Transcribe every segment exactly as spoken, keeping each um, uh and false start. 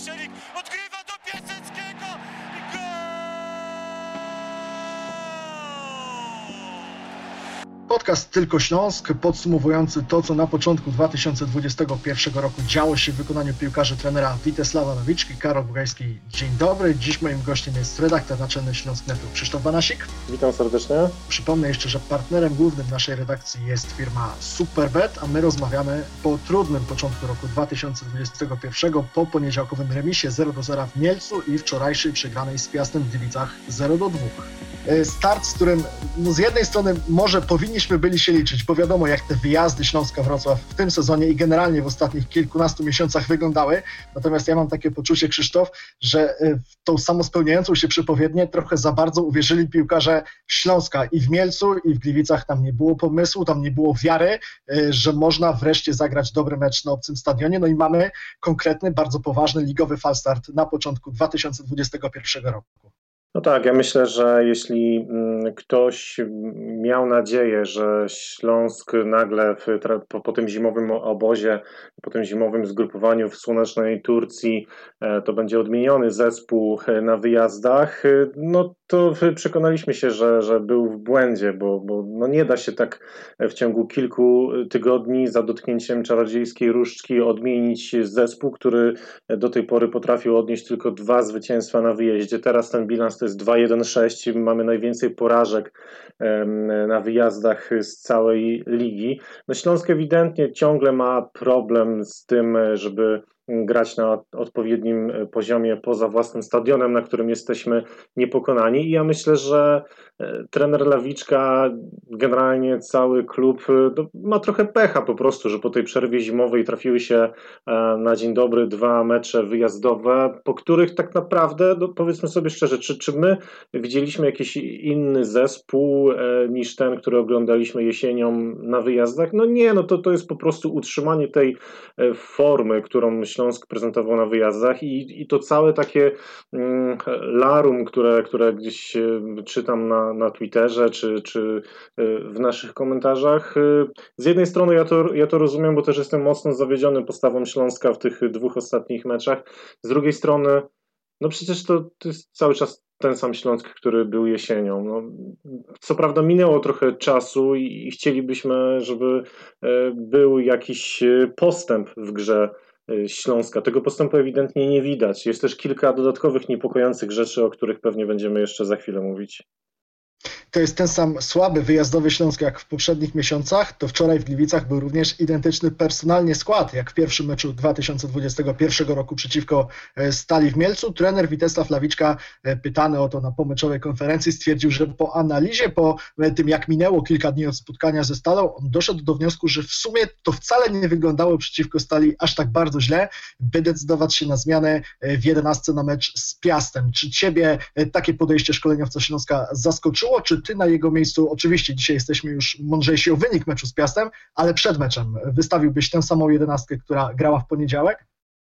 Szczelik odgrywa do Piaseckiego i gol! Podcast Tylko Śląsk, podsumowujący to, co na początku dwa tysiące dwudziestego pierwszego roku działo się w wykonaniu piłkarzy trenera Witesława Lawiczki. Karol Bugajski, dzień dobry. Dziś moim gościem jest redaktor naczelny Śląsk Netu Krzysztof Banasik. Witam serdecznie. Przypomnę jeszcze, że partnerem głównym naszej redakcji jest firma Superbet, a my rozmawiamy po trudnym początku roku dwa tysiące dwudziestego pierwszego, po poniedziałkowym remisie zero do zera w Mielcu i wczorajszej przegranej z Piastem w Gliwicach zero do dwóch. Start, z którym no z jednej strony może powinniśmy byli się liczyć, bo wiadomo, jak te wyjazdy Śląska-Wrocław w tym sezonie i generalnie w ostatnich kilkunastu miesiącach wyglądały. Natomiast ja mam takie poczucie, Krzysztof, że w tą samospełniającą się przepowiednię trochę za bardzo uwierzyli piłkarze Śląska i w Mielcu, i w Gliwicach. Tam nie było pomysłu, tam nie było wiary, że można wreszcie zagrać dobry mecz na obcym stadionie. No i mamy konkretny, bardzo poważny ligowy falstart na początku dwa tysiące dwudziestego pierwszego roku. No tak, ja myślę, że jeśli ktoś miał nadzieję, że Śląsk nagle w, po, po tym zimowym obozie, po tym zimowym zgrupowaniu w słonecznej Turcji to będzie odmieniony zespół na wyjazdach, no to przekonaliśmy się, że, że był w błędzie, bo, bo no nie da się tak w ciągu kilku tygodni za dotknięciem czarodziejskiej różdżki odmienić zespół, który do tej pory potrafił odnieść tylko dwa zwycięstwa na wyjeździe. Teraz ten bilans to jest dwa jeden sześć, mamy najwięcej porażek na wyjazdach z całej ligi. No Śląsk ewidentnie ciągle ma problem z tym, żeby grać na odpowiednim poziomie poza własnym stadionem, na którym jesteśmy niepokonani. I ja myślę, że trener Lawiczka, generalnie cały klub ma trochę pecha po prostu, że po tej przerwie zimowej trafiły się na dzień dobry dwa mecze wyjazdowe, po których tak naprawdę, no powiedzmy sobie szczerze, czy, czy my widzieliśmy jakiś inny zespół niż ten, który oglądaliśmy jesienią na wyjazdach? No nie, no to, to jest po prostu utrzymanie tej formy, którą Śląsk prezentował na wyjazdach i, i to całe takie mm, larum, które, które gdzieś czytam na, na Twitterze czy, czy w naszych komentarzach. Z jednej strony ja to, ja to rozumiem, bo też jestem mocno zawiedziony postawą Śląska w tych dwóch ostatnich meczach. Z drugiej strony, no przecież to, to jest cały czas ten sam Śląsk, który był jesienią. No, co prawda minęło trochę czasu i, i chcielibyśmy, żeby był jakiś postęp w grze Śląska. Tego postępu ewidentnie nie widać. Jest też kilka dodatkowych niepokojących rzeczy, o których pewnie będziemy jeszcze za chwilę mówić. To jest ten sam słaby wyjazdowy Śląsk jak w poprzednich miesiącach, to wczoraj w Gliwicach był również identyczny personalnie skład jak w pierwszym meczu dwa tysiące dwudziestego pierwszego roku przeciwko Stali w Mielcu. Trener Witesław Lawiczka, pytany o to na pomeczowej konferencji, stwierdził, że po analizie, po tym jak minęło kilka dni od spotkania ze Stalą, on doszedł do wniosku, że w sumie to wcale nie wyglądało przeciwko Stali aż tak bardzo źle, by decydować się na zmianę w jedenastce na mecz z Piastem. Czy ciebie takie podejście szkoleniowca Śląska zaskoczyło, czy ty na jego miejscu, oczywiście dzisiaj jesteśmy już mądrzejsi o wynik meczu z Piastem, ale przed meczem wystawiłbyś tę samą jedenastkę, która grała w poniedziałek?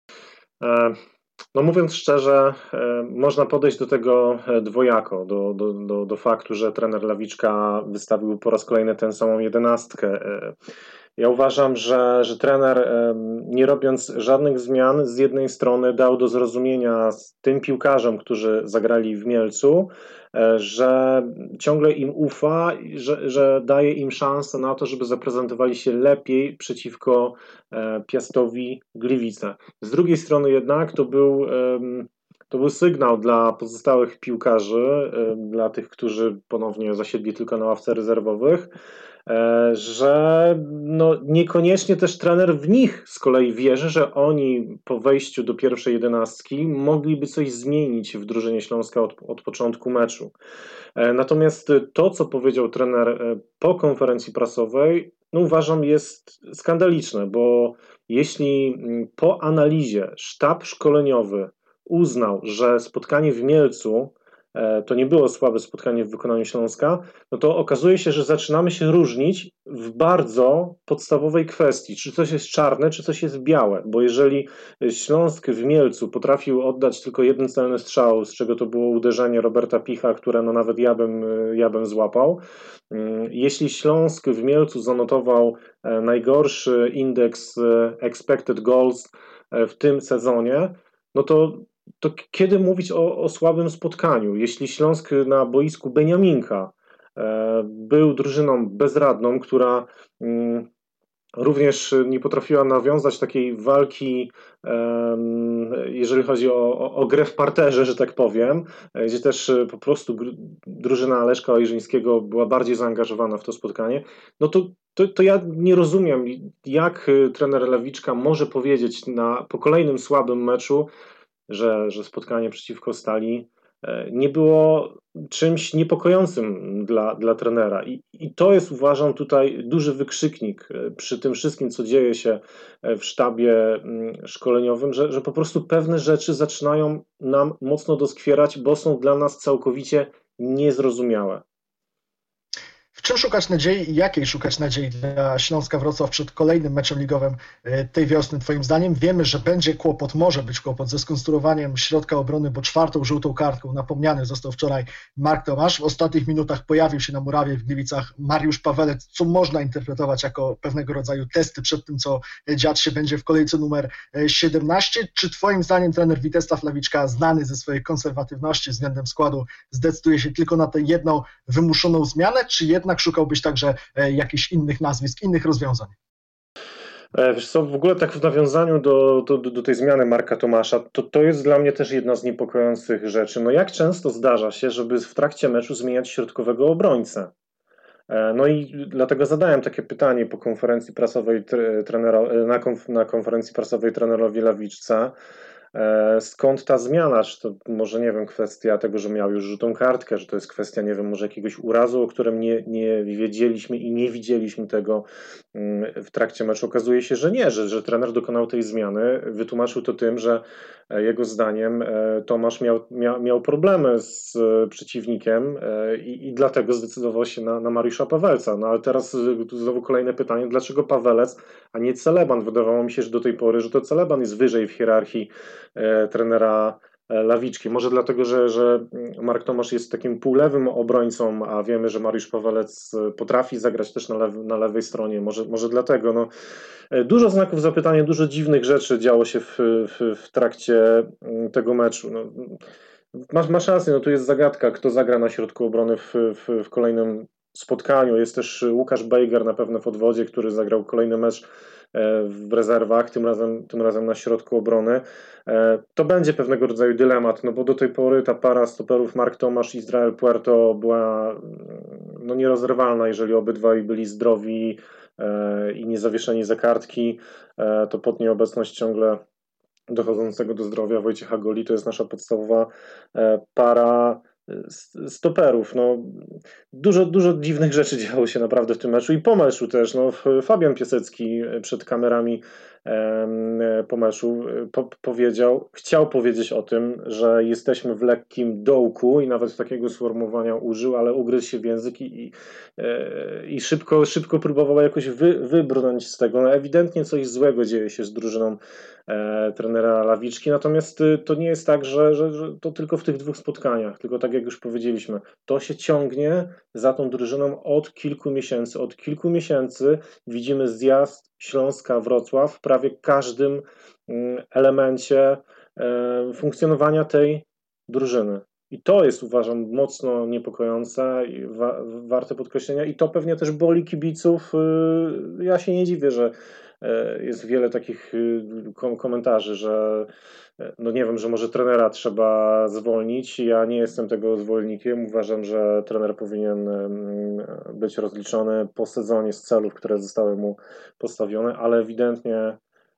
No mówiąc szczerze, można podejść do tego dwojako, do, do, do, do faktu, że trener Lawiczka wystawił po raz kolejny tę samą jedenastkę. Ja uważam, że, że trener, nie robiąc żadnych zmian, z jednej strony dał do zrozumienia tym piłkarzom, którzy zagrali w Mielcu, że ciągle im ufa, że, że daje im szansę na to, żeby zaprezentowali się lepiej przeciwko Piastowi Gliwice. Z drugiej strony jednak to był, to był sygnał dla pozostałych piłkarzy, dla tych, którzy ponownie zasiedli tylko na ławce rezerwowych, że no niekoniecznie też trener w nich z kolei wierzy, że oni po wejściu do pierwszej jedenastki mogliby coś zmienić w drużynie Śląska od, od początku meczu. Natomiast to, co powiedział trener po konferencji prasowej, no uważam jest skandaliczne, bo jeśli po analizie sztab szkoleniowy uznał, że spotkanie w Mielcu to nie było słabe spotkanie w wykonaniu Śląska, no to okazuje się, że zaczynamy się różnić w bardzo podstawowej kwestii, czy coś jest czarne, czy coś jest białe, bo jeżeli Śląsk w Mielcu potrafił oddać tylko jeden celny strzał, z czego to było uderzenie Roberta Picha, które no nawet ja bym, ja bym złapał, jeśli Śląsk w Mielcu zanotował najgorszy indeks expected goals w tym sezonie, no to, to kiedy mówić o, o słabym spotkaniu? Jeśli Śląsk na boisku Beniaminka e, był drużyną bezradną, która mm, również nie potrafiła nawiązać takiej walki, jeżeli chodzi o, o, o grę w parterze, że tak powiem, gdzie też po prostu drużyna Leszka Ojrzyńskiego była bardziej zaangażowana w to spotkanie, no to, to, to ja nie rozumiem, jak trener Lawiczka może powiedzieć na, po kolejnym słabym meczu, że, że spotkanie przeciwko Stali nie było czymś niepokojącym dla, dla trenera. I, I to jest, uważam, tutaj duży wykrzyknik przy tym wszystkim, co dzieje się w sztabie szkoleniowym, że, że po prostu pewne rzeczy zaczynają nam mocno doskwierać, bo są dla nas całkowicie niezrozumiałe. W czym szukać nadziei i jakiej szukać nadziei dla Śląska Wrocław przed kolejnym meczem ligowym tej wiosny, twoim zdaniem? Wiemy, że będzie kłopot, może być kłopot ze skonstruowaniem środka obrony, bo czwartą żółtą kartką napomniany został wczoraj Mark Tomasz. W ostatnich minutach pojawił się na murawie w Gliwicach Mariusz Pawelec, co można interpretować jako pewnego rodzaju testy przed tym, co dziać się będzie w kolejce numer siedemnaście. Czy twoim zdaniem trener Witesław Lawiczka, znany ze swojej konserwatywności względem składu, zdecyduje się tylko na tę jedną wymuszoną zmianę, czy jednak szukałbyś także jakichś innych nazwisk, innych rozwiązań? Wiesz co, w ogóle tak w nawiązaniu do, do, do tej zmiany Marka Tomasza, to, to jest dla mnie też jedna z niepokojących rzeczy. No jak często zdarza się, żeby w trakcie meczu zmieniać środkowego obrońcę? No i dlatego zadałem takie pytanie po konferencji prasowej trenera, na, konf, na konferencji prasowej trenerowi Lawiczce. Skąd ta zmiana? Czy to może, nie wiem, kwestia tego, że miał już żółtą kartkę, że to jest kwestia, nie wiem, może jakiegoś urazu, o którym nie, nie wiedzieliśmy i nie widzieliśmy tego w trakcie meczu. Okazuje się, że nie, że, że trener dokonał tej zmiany. Wytłumaczył to tym, że jego zdaniem Tomasz miał, miał, miał problemy z przeciwnikiem i, i dlatego zdecydował się na, na Mariusza Pawelca. No ale teraz znowu kolejne pytanie, dlaczego Pawelec, a nie Celeban? Wydawało mi się, że do tej pory, że to Celeban jest wyżej w hierarchii trenera Lawiczki. Może dlatego, że, że Mark Tomasz jest takim półlewym obrońcą, a wiemy, że Mariusz Pawelec potrafi zagrać też na, lew, na lewej stronie. Może, może dlatego. No, dużo znaków zapytania, dużo dziwnych rzeczy działo się w, w, w trakcie tego meczu. No, masz, masz rację, no tu jest zagadka, kto zagra na środku obrony w, w, w kolejnym spotkaniu. Jest też Łukasz Bejger na pewno w odwodzie, który zagrał kolejny mecz w rezerwach, tym razem, tym razem na środku obrony. To będzie pewnego rodzaju dylemat, no bo do tej pory ta para stoperów Mark Tomasz i Israel Puerto była no, nierozerwalna, jeżeli obydwaj byli zdrowi i nie zawieszeni za kartki, to pod nieobecność ciągle dochodzącego do zdrowia Wojciecha Goli to jest nasza podstawowa para stoperów. No, dużo, dużo dziwnych rzeczy działo się naprawdę w tym meczu i po meczu też. No, Fabian Piasecki przed kamerami po meczu po, powiedział, chciał powiedzieć o tym, że jesteśmy w lekkim dołku i nawet takiego sformułowania użył, ale ugryzł się w język i, i, i szybko, szybko próbował jakoś wy, wybrnąć z tego. No, ewidentnie coś złego dzieje się z drużyną e, trenera Lawiczki, natomiast to nie jest tak, że, że, że to tylko w tych dwóch spotkaniach, tylko tak jak już powiedzieliśmy, to się ciągnie za tą drużyną od kilku miesięcy. Od kilku miesięcy widzimy zjazd Śląska Wrocław w prawie każdym elemencie funkcjonowania tej drużyny. I to jest, uważam, mocno niepokojące i wa- warte podkreślenia i to pewnie też boli kibiców. Ja się nie dziwię, że jest wiele takich komentarzy, że no nie wiem, że może trenera trzeba zwolnić. Ja nie jestem tego zwolennikiem. Uważam, że trener powinien być rozliczony po sezonie z celów, które zostały mu postawione, ale ewidentnie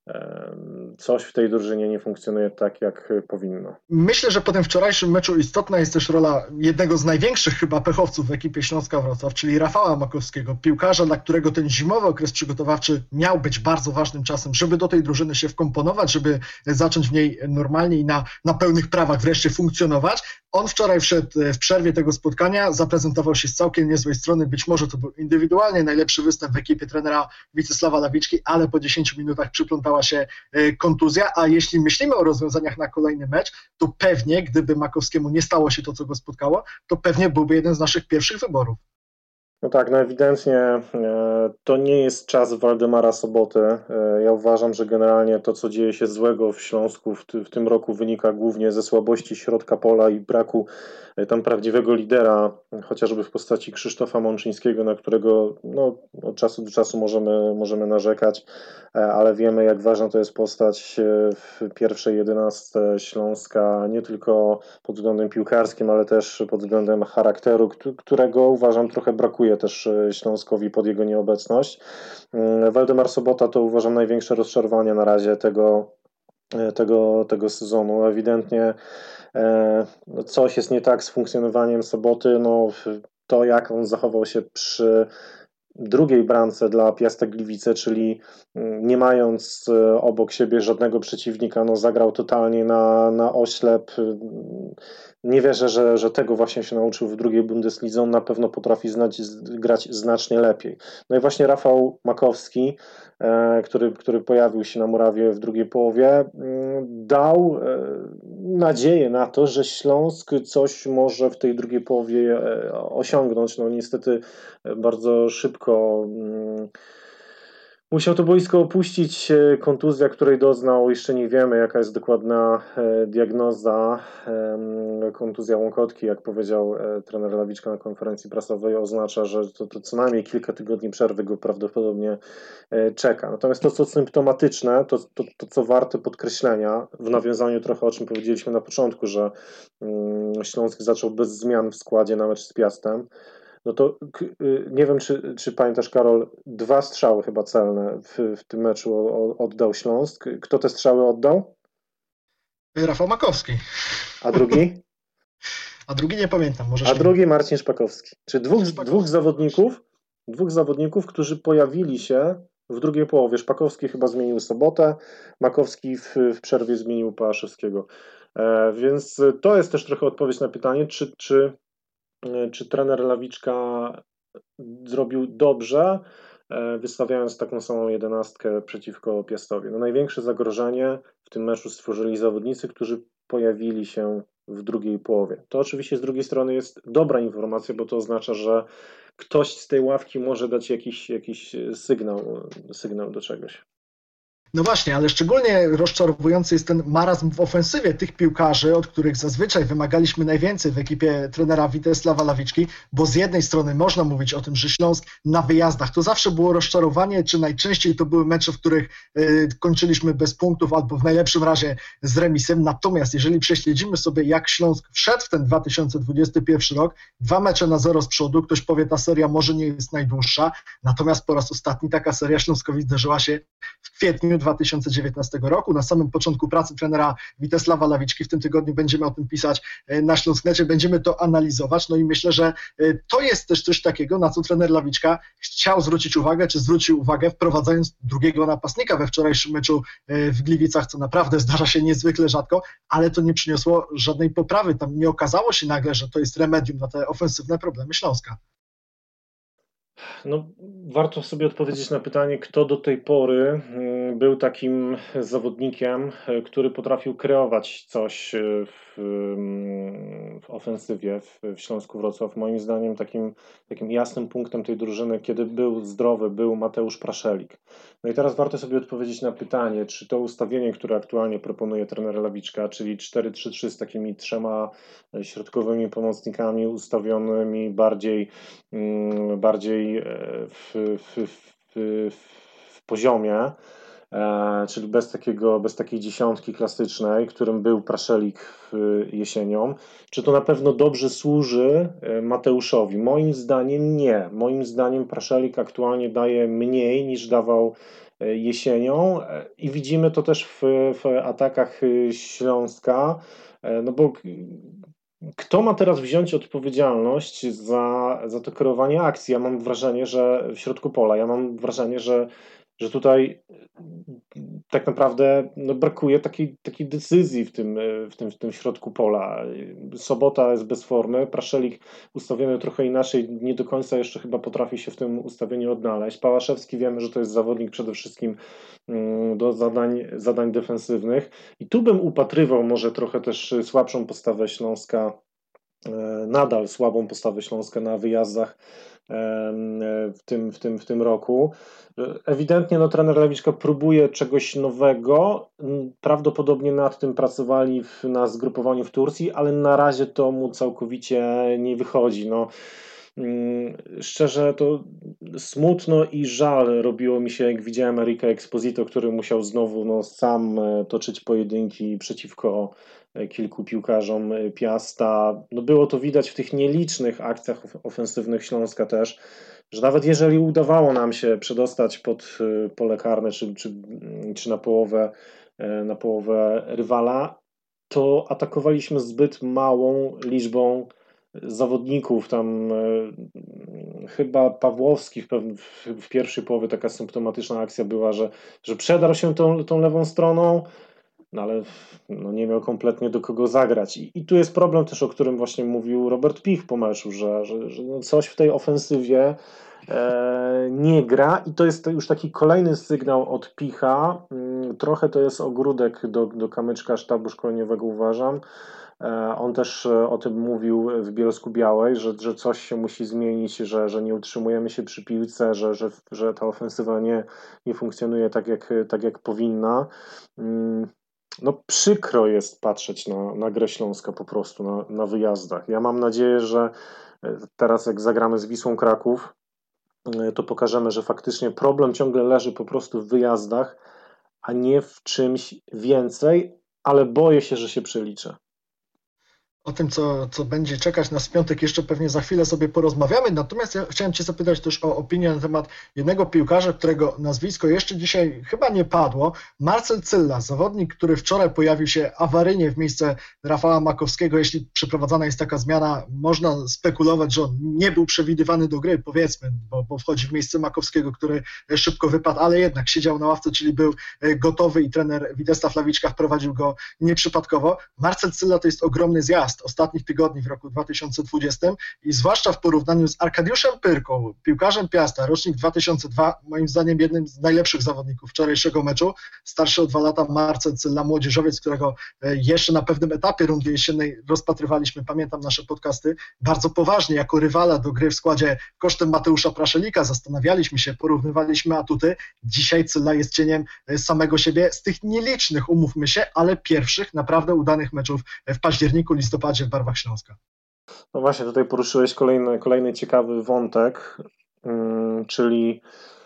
coś w tej drużynie nie funkcjonuje tak, jak powinno. Myślę, że po tym wczorajszym meczu istotna jest też rola jednego z największych chyba pechowców w ekipie Śląska Wrocław, czyli Rafała Makowskiego, piłkarza, dla którego ten zimowy okres przygotowawczy miał być bardzo ważnym czasem, żeby do tej drużyny się wkomponować, żeby zacząć w niej normalnie i na, na pełnych prawach wreszcie funkcjonować. On wczoraj wszedł w przerwie tego spotkania, zaprezentował się z całkiem niezłej strony, być może to był indywidualnie najlepszy występ w ekipie trenera Witesława Lawiczki, ale po dziesięciu minutach przyplątała się kontuzja, a jeśli myślimy o rozwiązaniach na kolejny mecz, to pewnie, gdyby Makowskiemu nie stało się to, co go spotkało, to pewnie byłby jeden z naszych pierwszych wyborów. No tak, no ewidentnie e, to nie jest czas Waldemara Soboty. E, ja uważam, że generalnie to, co dzieje się złego w Śląsku w, ty, w tym roku, wynika głównie ze słabości środka pola i braku e, tam prawdziwego lidera, chociażby w postaci Krzysztofa Mączyńskiego, na którego no, od czasu do czasu możemy, możemy narzekać, e, ale wiemy, jak ważna to jest postać e, w pierwszej jedenastce Śląska, nie tylko pod względem piłkarskim, ale też pod względem charakteru, któ- którego uważam trochę brakuje też e, Śląskowi pod jego nieobecność. Mm, Waldemar Sobota to uważam największe rozczarowanie na razie tego, e, tego, tego sezonu. Ewidentnie e, no coś jest nie tak z funkcjonowaniem Soboty. No, w- to, jak on zachował się przy drugiej bramce dla Piastek Gliwice, czyli mm, nie mając e, obok siebie żadnego przeciwnika, no zagrał totalnie na, na oślep. Nie wierzę, że, że tego właśnie się nauczył w drugiej Bundeslidze. On na pewno potrafi znać, z- grać znacznie lepiej. No i właśnie Rafał Makowski, e, który, który pojawił się na murawie w drugiej połowie, mm, dał e, nadzieję na to, że Śląsk coś może w tej drugiej połowie e, osiągnąć. No niestety e, bardzo szybko mm, musiał to boisko opuścić. e, Kontuzja, której doznał, jeszcze nie wiemy, jaka jest dokładna e, diagnoza. Em, Kontuzja łąkotki, jak powiedział e, trener Lawiczka na konferencji prasowej, oznacza, że to, to co najmniej kilka tygodni przerwy go prawdopodobnie e, czeka. Natomiast to, co symptomatyczne, to, to, to co warte podkreślenia, w nawiązaniu trochę o czym powiedzieliśmy na początku, że mm, Śląsk zaczął bez zmian w składzie na mecz z Piastem. No to k- y, nie wiem, czy, czy pamiętasz, Karol, dwa strzały chyba celne w, w tym meczu o- o- oddał Śląsk. Kto te strzały oddał? Rafał Makowski. A drugi? A drugi nie pamiętam, A możesz mi... drugi Marcin Szpakowski. Czy dwóch, Marcin dwóch Szpakowski. zawodników, dwóch zawodników, którzy pojawili się w drugiej połowie. Szpakowski chyba zmienił Sobotę, Makowski w, w przerwie zmienił Pałaszewskiego. E, więc to jest też trochę odpowiedź na pytanie, czy, czy, e, czy trener Lawiczka zrobił dobrze, e, wystawiając taką samą jedenastkę przeciwko Piastowi. No największe zagrożenie w tym meczu stworzyli zawodnicy, którzy pojawili się w drugiej połowie. To oczywiście z drugiej strony jest dobra informacja, bo to oznacza, że ktoś z tej ławki może dać jakiś, jakiś sygnał, sygnał do czegoś. No właśnie, ale szczególnie rozczarowujący jest ten marazm w ofensywie tych piłkarzy, od których zazwyczaj wymagaliśmy najwięcej w ekipie trenera Witesława Lawiczki, bo z jednej strony można mówić o tym, że Śląsk na wyjazdach to zawsze było rozczarowanie, czy najczęściej to były mecze, w których y, kończyliśmy bez punktów albo w najlepszym razie z remisem. Natomiast jeżeli prześledzimy sobie, jak Śląsk wszedł w ten dwa tysiące dwudziesty pierwszy rok, dwa mecze na zero z przodu, ktoś powie, ta seria może nie jest najdłuższa, natomiast po raz ostatni taka seria Śląskowi zdarzyła się w kwietniu dwa tysiące dziewiętnastego roku. Na samym początku pracy trenera Witesława Lawiczki, w tym tygodniu będziemy o tym pisać na Śląsknecie, będziemy to analizować, no i myślę, że to jest też coś takiego, na co trener Lawiczka chciał zwrócić uwagę, czy zwrócił uwagę, wprowadzając drugiego napastnika we wczorajszym meczu w Gliwicach, co naprawdę zdarza się niezwykle rzadko, ale to nie przyniosło żadnej poprawy. Tam nie okazało się nagle, że to jest remedium na te ofensywne problemy Śląska. No, warto sobie odpowiedzieć na pytanie, kto do tej pory mm, był takim zawodnikiem, e, który potrafił kreować coś e, w, mm, w ofensywie w, w Śląsku Wrocław. Moim zdaniem takim, takim jasnym punktem tej drużyny, kiedy był zdrowy, był Mateusz Praszelik. No i teraz warto sobie odpowiedzieć na pytanie, czy to ustawienie, które aktualnie proponuje trener Lawiczka, czyli cztery trzy trzy z takimi trzema e, środkowymi pomocnikami ustawionymi bardziej mm, bardziej e, w, w, w, w poziomie, e, czyli bez takiego, bez takiej dziesiątki klasycznej, którym był Praszelik jesienią. Czy to na pewno dobrze służy e, Mateuszowi? Moim zdaniem nie. Moim zdaniem Praszelik aktualnie daje mniej niż dawał e, jesienią e, i widzimy to też w, w atakach e, Śląska, e, no bo kto ma teraz wziąć odpowiedzialność za, za to kierowanie akcji? Ja mam wrażenie, że w środku pola, ja mam wrażenie, że, że tutaj tak naprawdę no, brakuje takiej, takiej decyzji w tym, w, tym, w tym środku pola. Sobota jest bez formy, Praszelik ustawiony trochę inaczej, nie do końca jeszcze chyba potrafi się w tym ustawieniu odnaleźć. Pałaszewski wiemy, że to jest zawodnik przede wszystkim mm, do zadań, zadań defensywnych i tu bym upatrywał może trochę też słabszą postawę Śląska nadal słabą postawę Śląska na wyjazdach w tym, w tym, w tym roku. Ewidentnie no, trener Lewiczka próbuje czegoś nowego. Prawdopodobnie nad tym pracowali w, na zgrupowaniu w Turcji, ale na razie to mu całkowicie nie wychodzi. No, szczerze to smutno i żal robiło mi się, jak widziałem Erika Exposito, który musiał znowu no, sam toczyć pojedynki przeciwko kilku piłkarzom Piasta. No, było to widać w tych nielicznych akcjach ofensywnych Śląska też, że nawet jeżeli udawało nam się przedostać pod pole karne czy, czy, czy na połowę, na połowę rywala, to atakowaliśmy zbyt małą liczbą zawodników. Tam e, chyba Pawłowski w, pew- w, w pierwszej połowie taka symptomatyczna akcja była, że, że przedarł się tą, tą lewą stroną, no ale no, nie miał kompletnie do kogo zagrać. I, I tu jest problem też, o którym właśnie mówił Robert Pich po meczu, że, że, że no coś w tej ofensywie e, nie gra i to jest już taki kolejny sygnał od Picha. Mm, Trochę to jest ogródek do, do kamyczka sztabu szkoleniowego, uważam. E, On też e, o tym mówił w Bielsku Białej, że, że coś się musi zmienić, że, że nie utrzymujemy się przy piłce, że, że, że ta ofensywa nie, nie funkcjonuje tak jak, tak jak powinna. Mm, No przykro jest patrzeć na, na grę Śląska po prostu na, na wyjazdach. Ja mam nadzieję, że e, teraz jak zagramy z Wisłą Kraków, e, to pokażemy, że faktycznie problem ciągle leży po prostu w wyjazdach, a nie w czymś więcej, ale boję się, że się przeliczę. O tym, co, co będzie czekać nas w piątek, jeszcze pewnie za chwilę sobie porozmawiamy. Natomiast ja chciałem Cię zapytać też o opinię na temat jednego piłkarza, którego nazwisko jeszcze dzisiaj chyba nie padło. Marcel Cylla, zawodnik, który wczoraj pojawił się awaryjnie w miejsce Rafała Makowskiego. Jeśli przeprowadzana jest taka zmiana, można spekulować, że on nie był przewidywany do gry, powiedzmy, bo, bo wchodzi w miejsce Makowskiego, który szybko wypadł, ale jednak siedział na ławce, czyli był gotowy i trener Witesław Lawiczka wprowadził go nieprzypadkowo. Marcel Cylla to jest ogromny zjazd ostatnich tygodni w roku dwa tysiące dwudziestym i zwłaszcza w porównaniu z Arkadiuszem Pyrką, piłkarzem Piasta, rocznik dwa tysiące drugi, moim zdaniem jednym z najlepszych zawodników wczorajszego meczu, starszy o dwa lata Marcel Cylla, młodzieżowiec, którego jeszcze na pewnym etapie rundy jesiennej rozpatrywaliśmy, pamiętam nasze podcasty, bardzo poważnie, jako rywala do gry w składzie kosztem Mateusza Praszelika, zastanawialiśmy się, porównywaliśmy atuty. Dzisiaj Cylla jest cieniem samego siebie z tych nielicznych, umówmy się, ale pierwszych naprawdę udanych meczów w październiku, listopadzie w barwach Śląska. No właśnie, tutaj poruszyłeś kolejny, kolejny ciekawy wątek, um, czyli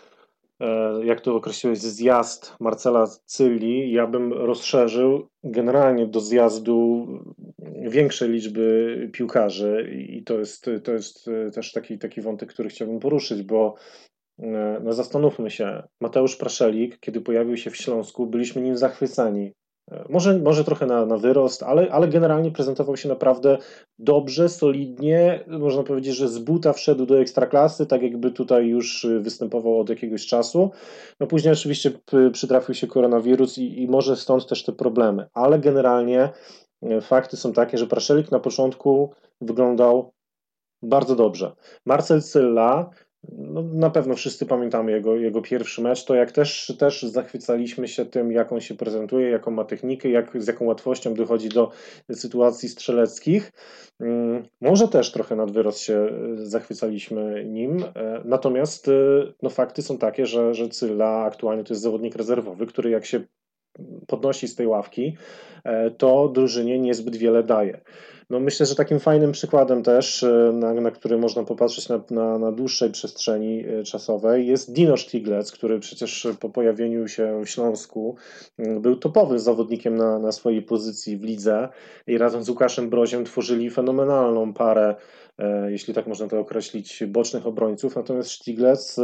e, jak to określiłeś, zjazd Marcela Cylli. Ja bym rozszerzył generalnie do zjazdu większej liczby piłkarzy i to jest, to jest też taki, taki wątek, który chciałbym poruszyć, bo e, no zastanówmy się, Mateusz Praszelik, kiedy pojawił się w Śląsku, byliśmy nim zachwyceni. Może, może trochę na, na wyrost, ale, ale generalnie prezentował się naprawdę dobrze, solidnie. Można powiedzieć, że z buta wszedł do ekstraklasy, tak jakby tutaj już występował od jakiegoś czasu. No później oczywiście przytrafił się koronawirus i, i może stąd też te problemy, ale generalnie fakty są takie, że Praszelik na początku wyglądał bardzo dobrze. Marcel Cylla, no, na pewno wszyscy pamiętamy jego, jego pierwszy mecz, to jak też, też zachwycaliśmy się tym, jak on się prezentuje, jaką ma technikę, jak, z jaką łatwością dochodzi do sytuacji strzeleckich. Może też trochę nad wyrost się zachwycaliśmy nim, natomiast no, fakty są takie, że, że Cylla aktualnie to jest zawodnik rezerwowy, który jak się podnosi z tej ławki, to drużynie niezbyt wiele daje. No myślę, że takim fajnym przykładem też, na, na który można popatrzeć na, na, na dłuższej przestrzeni czasowej, jest Dino Sztiglec, który przecież po pojawieniu się w Śląsku był topowym zawodnikiem na, na swojej pozycji w lidze i razem z Łukaszem Broziem tworzyli fenomenalną parę, jeśli tak można to określić, bocznych obrońców, natomiast Sztiglec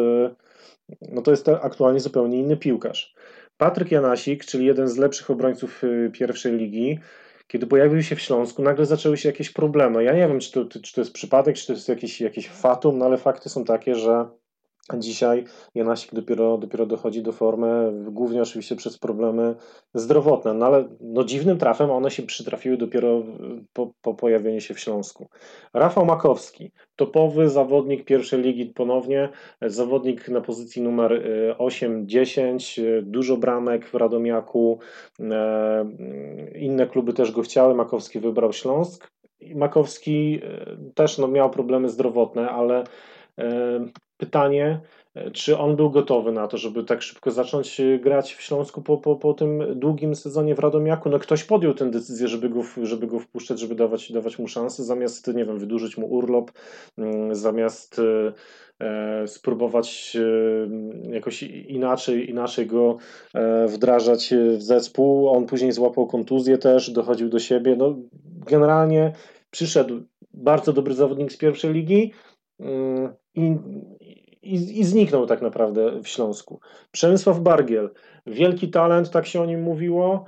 no to jest aktualnie zupełnie inny piłkarz. Patryk Janasik, czyli jeden z lepszych obrońców pierwszej ligi, kiedy pojawił się w Śląsku, nagle zaczęły się jakieś problemy. Ja nie wiem, czy to, czy to jest przypadek, czy to jest jakiś, jakiś fatum, no ale fakty są takie, że dzisiaj Janasik dopiero, dopiero dochodzi do formy, głównie oczywiście przez problemy zdrowotne, no ale no dziwnym trafem one się przytrafiły dopiero po, po pojawieniu się w Śląsku. Rafał Makowski, topowy zawodnik pierwszej ligi ponownie, zawodnik na pozycji numer osiem dziesięć, dużo bramek w Radomiaku, inne kluby też go chciały, Makowski wybrał Śląsk. Makowski też no, miał problemy zdrowotne, ale pytanie, czy on był gotowy na to, żeby tak szybko zacząć grać w Śląsku po, po, po tym długim sezonie w Radomiaku? No ktoś podjął tę decyzję, żeby go, żeby go wpuszczać, żeby dawać, dawać mu szansę, zamiast, nie wiem, wydłużyć mu urlop, zamiast e, spróbować e, jakoś inaczej, inaczej go e, wdrażać w zespół. On później złapał kontuzję też, dochodził do siebie. No, generalnie przyszedł bardzo dobry zawodnik z pierwszej ligi, i, i, i zniknął tak naprawdę w Śląsku. Przemysław Bargiel, wielki talent, tak się o nim mówiło.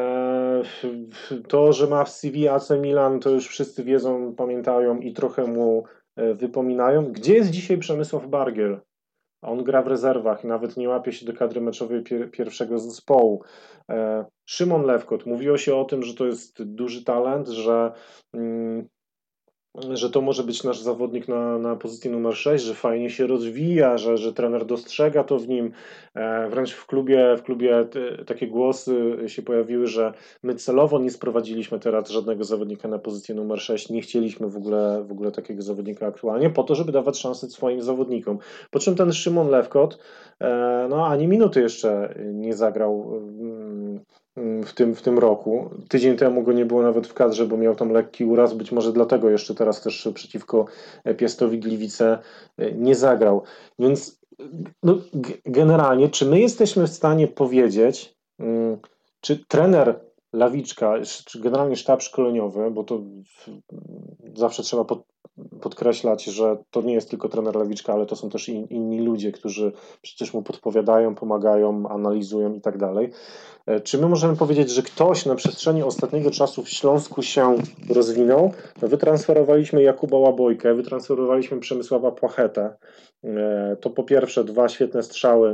To, że ma w C V A C Milan, to już wszyscy wiedzą, pamiętają i trochę mu wypominają. Gdzie jest dzisiaj Przemysław Bargiel? On gra w rezerwach i nawet nie łapie się do kadry meczowej pier- pierwszego zespołu. Szymon Lewkot, mówiło się o tym, że to jest duży talent, że mm, że to może być nasz zawodnik na, na pozycji numer sześć, że fajnie się rozwija, że, że trener dostrzega to w nim. E, wręcz w klubie, w klubie te, takie głosy się pojawiły, że my celowo nie sprowadziliśmy teraz żadnego zawodnika na pozycję numer sześć, nie chcieliśmy w ogóle, w ogóle takiego zawodnika aktualnie, po to, żeby dawać szansę swoim zawodnikom. Po czym ten Szymon Lewkot, e, no ani minuty jeszcze nie zagrał mm, w tym, w tym roku. Tydzień temu go nie było nawet w kadrze, bo miał tam lekki uraz, być może dlatego jeszcze teraz też przeciwko Piastowi Gliwice nie zagrał. Więc no, generalnie, czy my jesteśmy w stanie powiedzieć, czy trener Lawiczka, czy generalnie sztab szkoleniowy, bo to zawsze trzeba pod, podkreślać, że to nie jest tylko trener Lawiczka, ale to są też in, inni ludzie, którzy przecież mu podpowiadają, pomagają, analizują i tak dalej. Czy my możemy powiedzieć, że ktoś na przestrzeni ostatniego czasu w Śląsku się rozwinął? No, wytransferowaliśmy Jakuba Łabojkę, wytransferowaliśmy Przemysława Płachetę. To po pierwsze dwa świetne strzały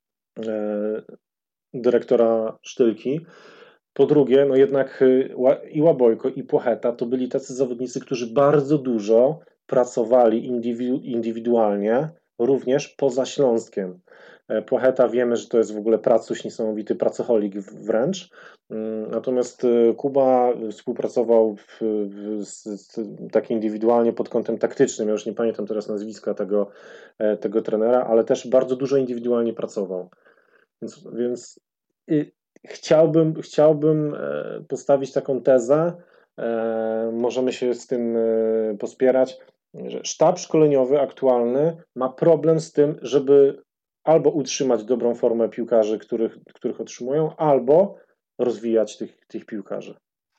dyrektora Sztylki. Po drugie, no jednak i Łabojko, i Płocheta to byli tacy zawodnicy, którzy bardzo dużo pracowali indywidu- indywidualnie, również poza Śląskiem. Płocheta wiemy, że to jest w ogóle pracuś, niesamowity pracoholik wręcz. Natomiast Kuba współpracował w, w, z, tak indywidualnie pod kątem taktycznym. Ja już nie pamiętam teraz nazwiska tego, tego trenera, ale też bardzo dużo indywidualnie pracował. Więc, więc Chciałbym, chciałbym postawić taką tezę, możemy się z tym pospierać, że sztab szkoleniowy aktualny ma problem z tym, żeby albo utrzymać dobrą formę piłkarzy, których, których otrzymują, albo rozwijać tych, tych piłkarzy.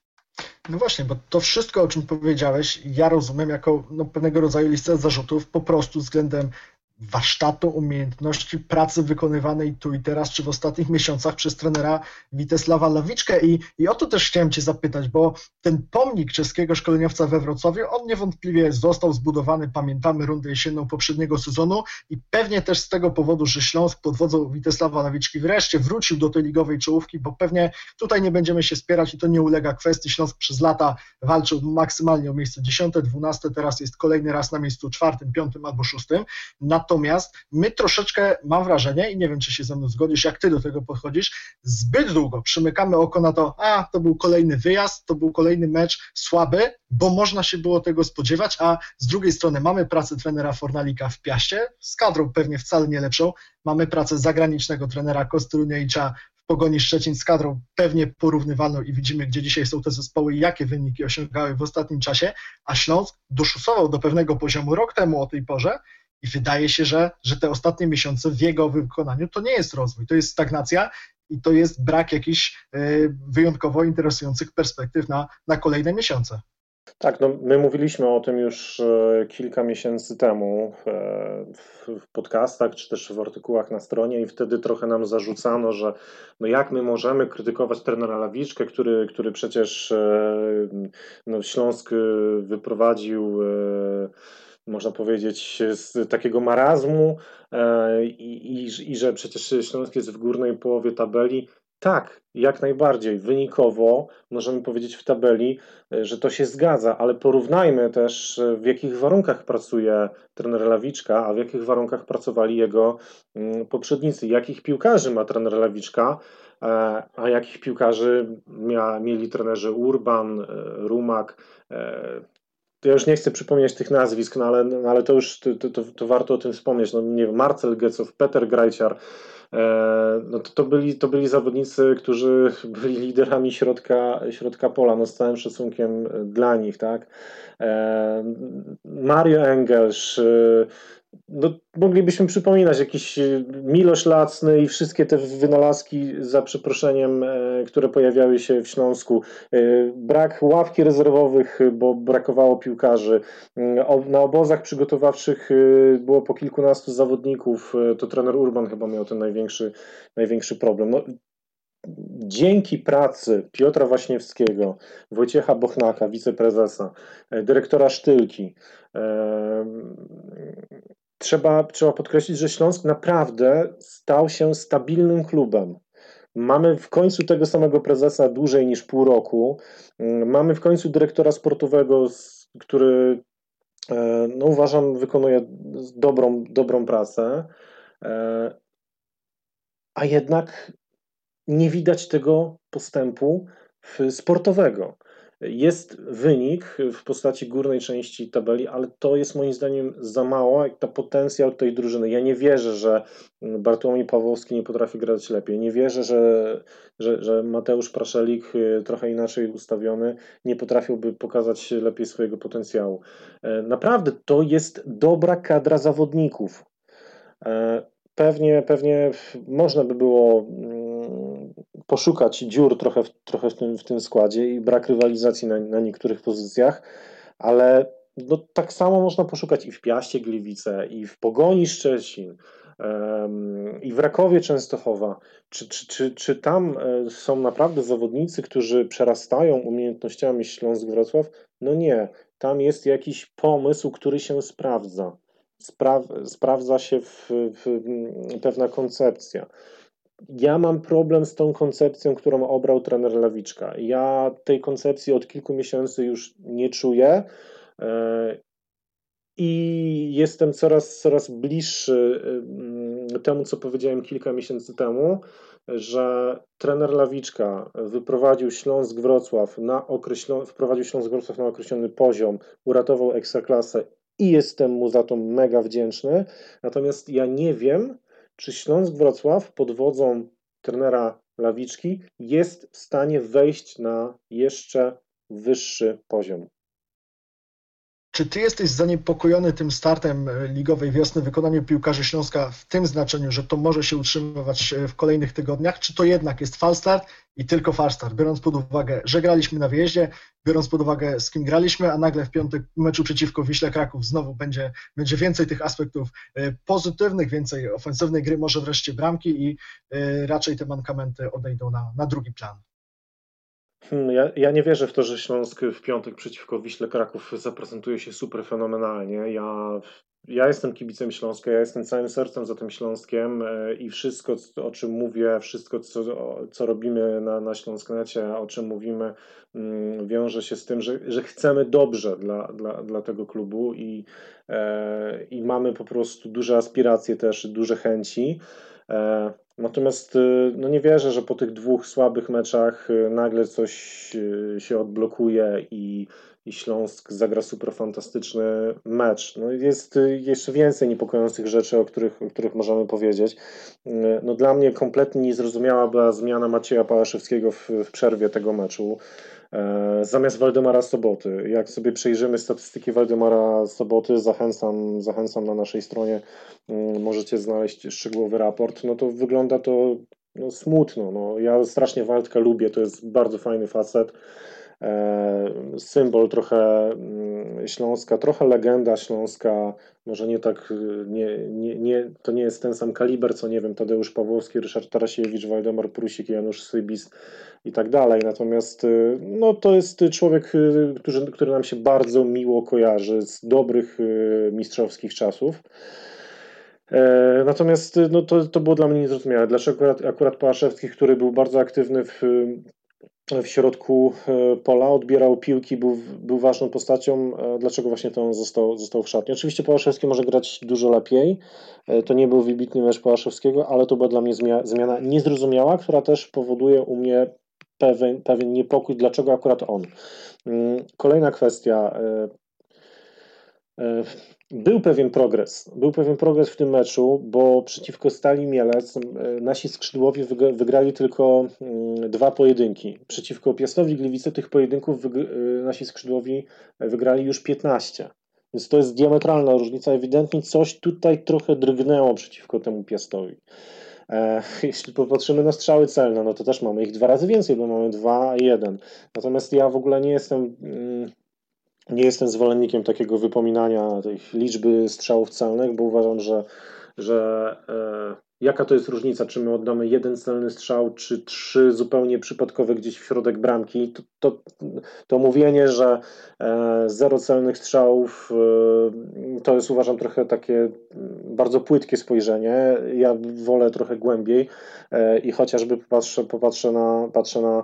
No właśnie, bo to wszystko, o czym powiedziałeś, ja rozumiem jako no, pewnego rodzaju listę zarzutów po prostu względem warsztatu, umiejętności pracy wykonywanej tu i teraz, czy w ostatnich miesiącach przez trenera Witesława Lawiczkę. I, i o to też chciałem Cię zapytać, bo ten pomnik czeskiego szkoleniowca we Wrocławiu, on niewątpliwie został zbudowany, pamiętamy rundę jesienną poprzedniego sezonu i pewnie też z tego powodu, że Śląsk pod wodzą Witesława Lawiczki wreszcie wrócił do tej ligowej czołówki, bo pewnie tutaj nie będziemy się spierać i to nie ulega kwestii. Śląsk przez lata walczył maksymalnie o miejsce dziesiąte, dwunaste, teraz jest kolejny raz na miejscu czwartym, piątym albo szóstym. Natomiast my troszeczkę, mam wrażenie, i nie wiem, czy się ze mną zgodzisz, jak ty do tego podchodzisz, zbyt długo przymykamy oko na to, a to był kolejny wyjazd, to był kolejny mecz słaby, bo można się było tego spodziewać, a z drugiej strony mamy pracę trenera Fornalika w Piaście, z kadrą pewnie wcale nie lepszą, mamy pracę zagranicznego trenera Kostruniewicza w Pogoni Szczecin z kadrą pewnie porównywalną i widzimy, gdzie dzisiaj są te zespoły i jakie wyniki osiągały w ostatnim czasie, a Śląsk doszusował do pewnego poziomu rok temu o tej porze. I wydaje się, że, że te ostatnie miesiące w jego wykonaniu to nie jest rozwój, to jest stagnacja i to jest brak jakichś y, wyjątkowo interesujących perspektyw na, na kolejne miesiące. Tak, no my mówiliśmy o tym już kilka miesięcy temu w podcastach, czy też w artykułach na stronie i wtedy trochę nam zarzucano, że no jak my możemy krytykować trenera Lawiczkę, który, który przecież no Śląsk wyprowadził, można powiedzieć, z takiego marazmu i, i, i że przecież Śląsk jest w górnej połowie tabeli. Tak, jak najbardziej. Wynikowo możemy powiedzieć w tabeli, że to się zgadza, ale porównajmy też, w jakich warunkach pracuje trener Lawiczka, a w jakich warunkach pracowali jego poprzednicy. Jakich piłkarzy ma trener Lawiczka, a jakich piłkarzy mia, mieli trenerzy Urban, Rumak, ja już nie chcę przypomnieć tych nazwisk, no ale, no ale to już to, to, to warto o tym wspomnieć. No, nie wiem, Marcel Gecow, Peter Grajciar, e, no to, to, byli, to byli zawodnicy, którzy byli liderami środka, środka pola, no z całym szacunkiem dla nich, tak. E, Mario Engelsz, e, no, moglibyśmy przypominać jakiś Milosz Lacny i wszystkie te wynalazki, za przeproszeniem, e, które pojawiały się w Śląsku. E, brak ławki rezerwowych, bo brakowało piłkarzy. E, o- Na obozach przygotowawczych e, było po kilkunastu zawodników. E, To trener Urban chyba miał ten największy, największy problem. No, dzięki pracy Piotra Waśniewskiego, Wojciecha Bochnaka, wiceprezesa, e, dyrektora Sztylki, e, trzeba, trzeba podkreślić, że Śląsk naprawdę stał się stabilnym klubem. Mamy w końcu tego samego prezesa dłużej niż pół roku. Mm, Mamy w końcu dyrektora sportowego, s- który, e, no uważam, wykonuje dobrą, dobrą pracę, e, a jednak nie widać tego postępu w- sportowego. Jest wynik w postaci górnej części tabeli, ale to jest moim zdaniem za mało, jak ta potencjał tej drużyny. Ja nie wierzę, że Bartłomiej Pawłowski nie potrafi grać lepiej. Nie wierzę, że, że, że Mateusz Praszelik, y, trochę inaczej ustawiony, nie potrafiłby pokazać lepiej swojego potencjału. E, Naprawdę to jest dobra kadra zawodników. E, Pewnie, pewnie można by było mm, poszukać dziur trochę, w- trochę w tym, w tym składzie i brak rywalizacji na, na niektórych pozycjach, ale no, tak samo można poszukać i w Piaście Gliwice, i w Pogoni Szczecin, em, i w Rakowie Częstochowa. Czy, czy, czy, czy tam e, są naprawdę zawodnicy, którzy przerastają umiejętnościami Śląsk Wrocław? No nie. Tam jest jakiś pomysł, który się sprawdza. Spra- sprawdza się w, w mm, pewna koncepcja. Ja mam problem z tą koncepcją, którą obrał trener Lawiczka. Ja tej koncepcji od kilku miesięcy już nie czuję e, i jestem coraz, coraz bliższy mm, temu, co powiedziałem kilka miesięcy temu, że trener Lawiczka wyprowadził Śląsk Wrocław na określony, wprowadził Śląsk Wrocław na określony poziom, uratował Ekstraklasę i jestem mu za to mega wdzięczny. Natomiast ja nie wiem, czy Śląsk Wrocław pod wodzą trenera Lawiczki jest w stanie wejść na jeszcze wyższy poziom. Czy ty jesteś zaniepokojony tym startem e, ligowej wiosny, wykonaniem piłkarzy Śląska w tym znaczeniu, że to może się utrzymywać e, w kolejnych tygodniach, czy to jednak jest falstart i tylko falstart, biorąc pod uwagę, że graliśmy na wyjeździe, biorąc pod uwagę, z kim graliśmy, a nagle w piątek w meczu przeciwko Wiśle Kraków znowu będzie, będzie więcej tych aspektów e, pozytywnych, więcej ofensywnej gry, może wreszcie bramki i e, raczej te mankamenty odejdą na, na drugi plan. Hmm, Ja, ja nie wierzę w to, że Śląsk w piątek przeciwko Wiśle Kraków zaprezentuje się super fenomenalnie. Ja, ja jestem kibicem Śląska, ja jestem całym sercem za tym Śląskiem e, i wszystko, co- o czym mówię, wszystko, co, o- co robimy na, na Śląsknecie, o czym mówimy, mm, wiąże się z tym, że, że chcemy dobrze dla, dla, dla tego klubu i, e, i mamy po prostu duże aspiracje też, duże chęci. E, Natomiast y, no nie wierzę, że po tych dwóch słabych meczach y, nagle coś y, się odblokuje i, i Śląsk zagra super fantastyczny mecz. No jest y, jeszcze więcej niepokojących rzeczy, o których, o których możemy powiedzieć. Y, No dla mnie kompletnie niezrozumiała była zmiana Macieja Pałaszewskiego w, w przerwie tego meczu. E, Zamiast Waldemara Soboty. Jak sobie przejrzymy statystyki Waldemara Soboty, zachęcam, zachęcam na naszej stronie, mm, możecie znaleźć szczegółowy raport, no to wygląda to no, smutno. No. Ja strasznie Waldka lubię, to jest bardzo fajny facet. E, symbol trochę mm, Śląska, trochę legenda Śląska, może nie tak, y, nie, nie, nie, to nie jest ten sam kaliber, co nie wiem, Tadeusz Pawłowski, Ryszard Tarasiewicz, Waldemar Prusik, Janusz Sybis i tak dalej. Natomiast y, no, to jest człowiek, y, który, który nam się bardzo miło kojarzy z dobrych y, mistrzowskich czasów. E, Natomiast y, no, to, to było dla mnie niezrozumiałe. Dlaczego akurat, akurat Pałaszewski, który był bardzo aktywny w, w środku e, pola, odbierał piłki, był, był ważną postacią. E, Dlaczego właśnie to on został, został w szatni? Oczywiście Pałaszewski może grać dużo lepiej. E, To nie był wybitny mecz Pałaszewskiego, ale to była dla mnie zmia- zmiana niezrozumiała, która też powoduje u mnie pewien, pewien niepokój, dlaczego akurat on. Mm, Kolejna kwestia. e, Był pewien progres. Był pewien progres w tym meczu, bo przeciwko Stali Mielec nasi skrzydłowi wygrali tylko dwa pojedynki. Przeciwko Piastowi Gliwice tych pojedynków nasi skrzydłowi wygrali już piętnaście. Więc to jest diametralna różnica. Ewidentnie coś tutaj trochę drgnęło przeciwko temu Piastowi. Jeśli popatrzymy na strzały celne, no to też mamy ich dwa razy więcej, bo mamy dwa a jeden. Natomiast ja w ogóle nie jestem... Nie jestem zwolennikiem takiego wypominania tej liczby strzałów celnych, bo uważam, że, że e, jaka to jest różnica, czy my oddamy jeden celny strzał, czy trzy zupełnie przypadkowe gdzieś w środek bramki. To, to, to mówienie, że e, zero celnych strzałów e, to jest, uważam, trochę takie bardzo płytkie spojrzenie. Ja wolę trochę głębiej e, i chociażby popatrzę, popatrzę na, patrzę na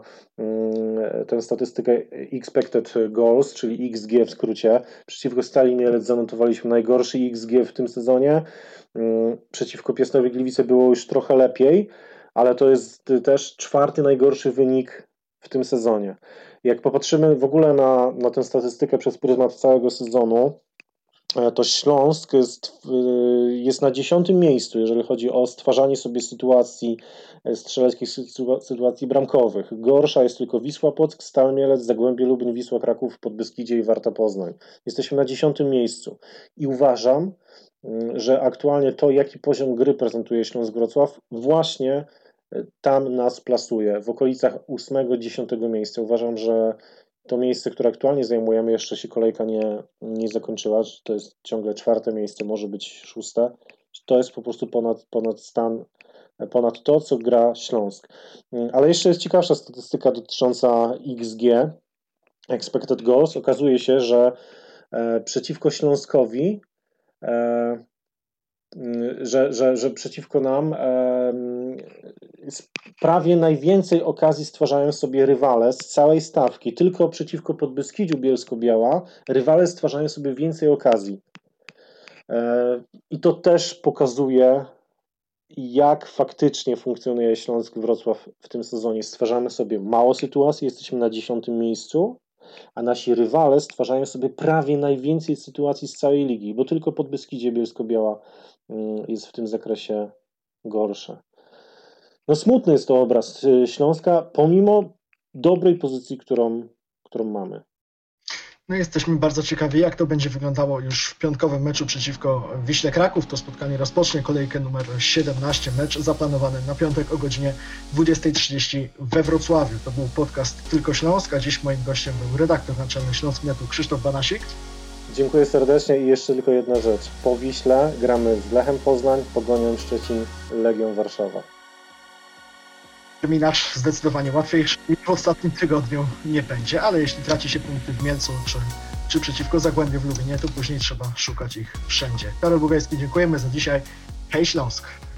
mm, tę statystykę expected goals, czyli X G w skrócie. Przeciwko Stali Mielec zanotowaliśmy najgorszy X G w tym sezonie. Przeciwko Piastowi Gliwice było już trochę lepiej, ale to jest też czwarty najgorszy wynik w tym sezonie. Jak popatrzymy w ogóle na, na tę statystykę przez pryzmat całego sezonu, to Śląsk jest, jest na dziesiątym miejscu, jeżeli chodzi o stwarzanie sobie sytuacji strzeleckich, sytuacji bramkowych. Gorsza jest tylko Wisła Płock, Stal Mielec, Zagłębie Lubin, Wisła Kraków, Podbeskidzie i Warta Poznań. Jesteśmy na dziesiątym miejscu i uważam, że aktualnie to, jaki poziom gry prezentuje Śląsk Wrocław, właśnie tam nas plasuje, w okolicach ósmego dziesiątego miejsca. Uważam, że to miejsce, które aktualnie zajmujemy, jeszcze się kolejka nie, nie zakończyła, to jest ciągle czwarte miejsce, może być szóste, to jest po prostu ponad, ponad stan, ponad to, co gra Śląsk. Ale jeszcze jest ciekawsza statystyka dotycząca X G, expected goals. Okazuje się, że e, przeciwko Śląskowi e, Że, że, że przeciwko nam e, prawie najwięcej okazji stwarzają sobie rywale z całej stawki. Tylko przeciwko Podbeskidziu Bielsko-Biała rywale stwarzają sobie więcej okazji. E, I to też pokazuje, jak faktycznie funkcjonuje Śląsk Wrocław w tym sezonie. Stwarzamy sobie mało sytuacji, jesteśmy na dziesiątym miejscu, a nasi rywale stwarzają sobie prawie najwięcej sytuacji z całej ligi, bo tylko Podbeskidzie Bielsko-Biała jest w tym zakresie gorsze. No smutny jest to obraz Śląska, pomimo dobrej pozycji, którą, którą mamy. No jesteśmy bardzo ciekawi, jak to będzie wyglądało już w piątkowym meczu przeciwko Wiśle Kraków. To spotkanie rozpocznie kolejkę numer siedemnaście, mecz zaplanowany na piątek o godzinie dwudziesta trzydzieści we Wrocławiu. To był podcast Tylko Śląsk, a dziś moim gościem był redaktor naczelny Śląsk Netu Krzysztof Banasik. Dziękuję serdecznie i jeszcze tylko jedna rzecz. Po Wiśle gramy z Lechem Poznań, Pogonią Szczecin, Legią Warszawa. Terminarz zdecydowanie łatwiejszy w ostatnim tygodniu nie będzie, ale jeśli traci się punkty w Mielcu czy, czy przeciwko Zagłębiu w Lubinie, to później trzeba szukać ich wszędzie. Karol Bugajski, dziękujemy za dzisiaj. Hej Śląsk!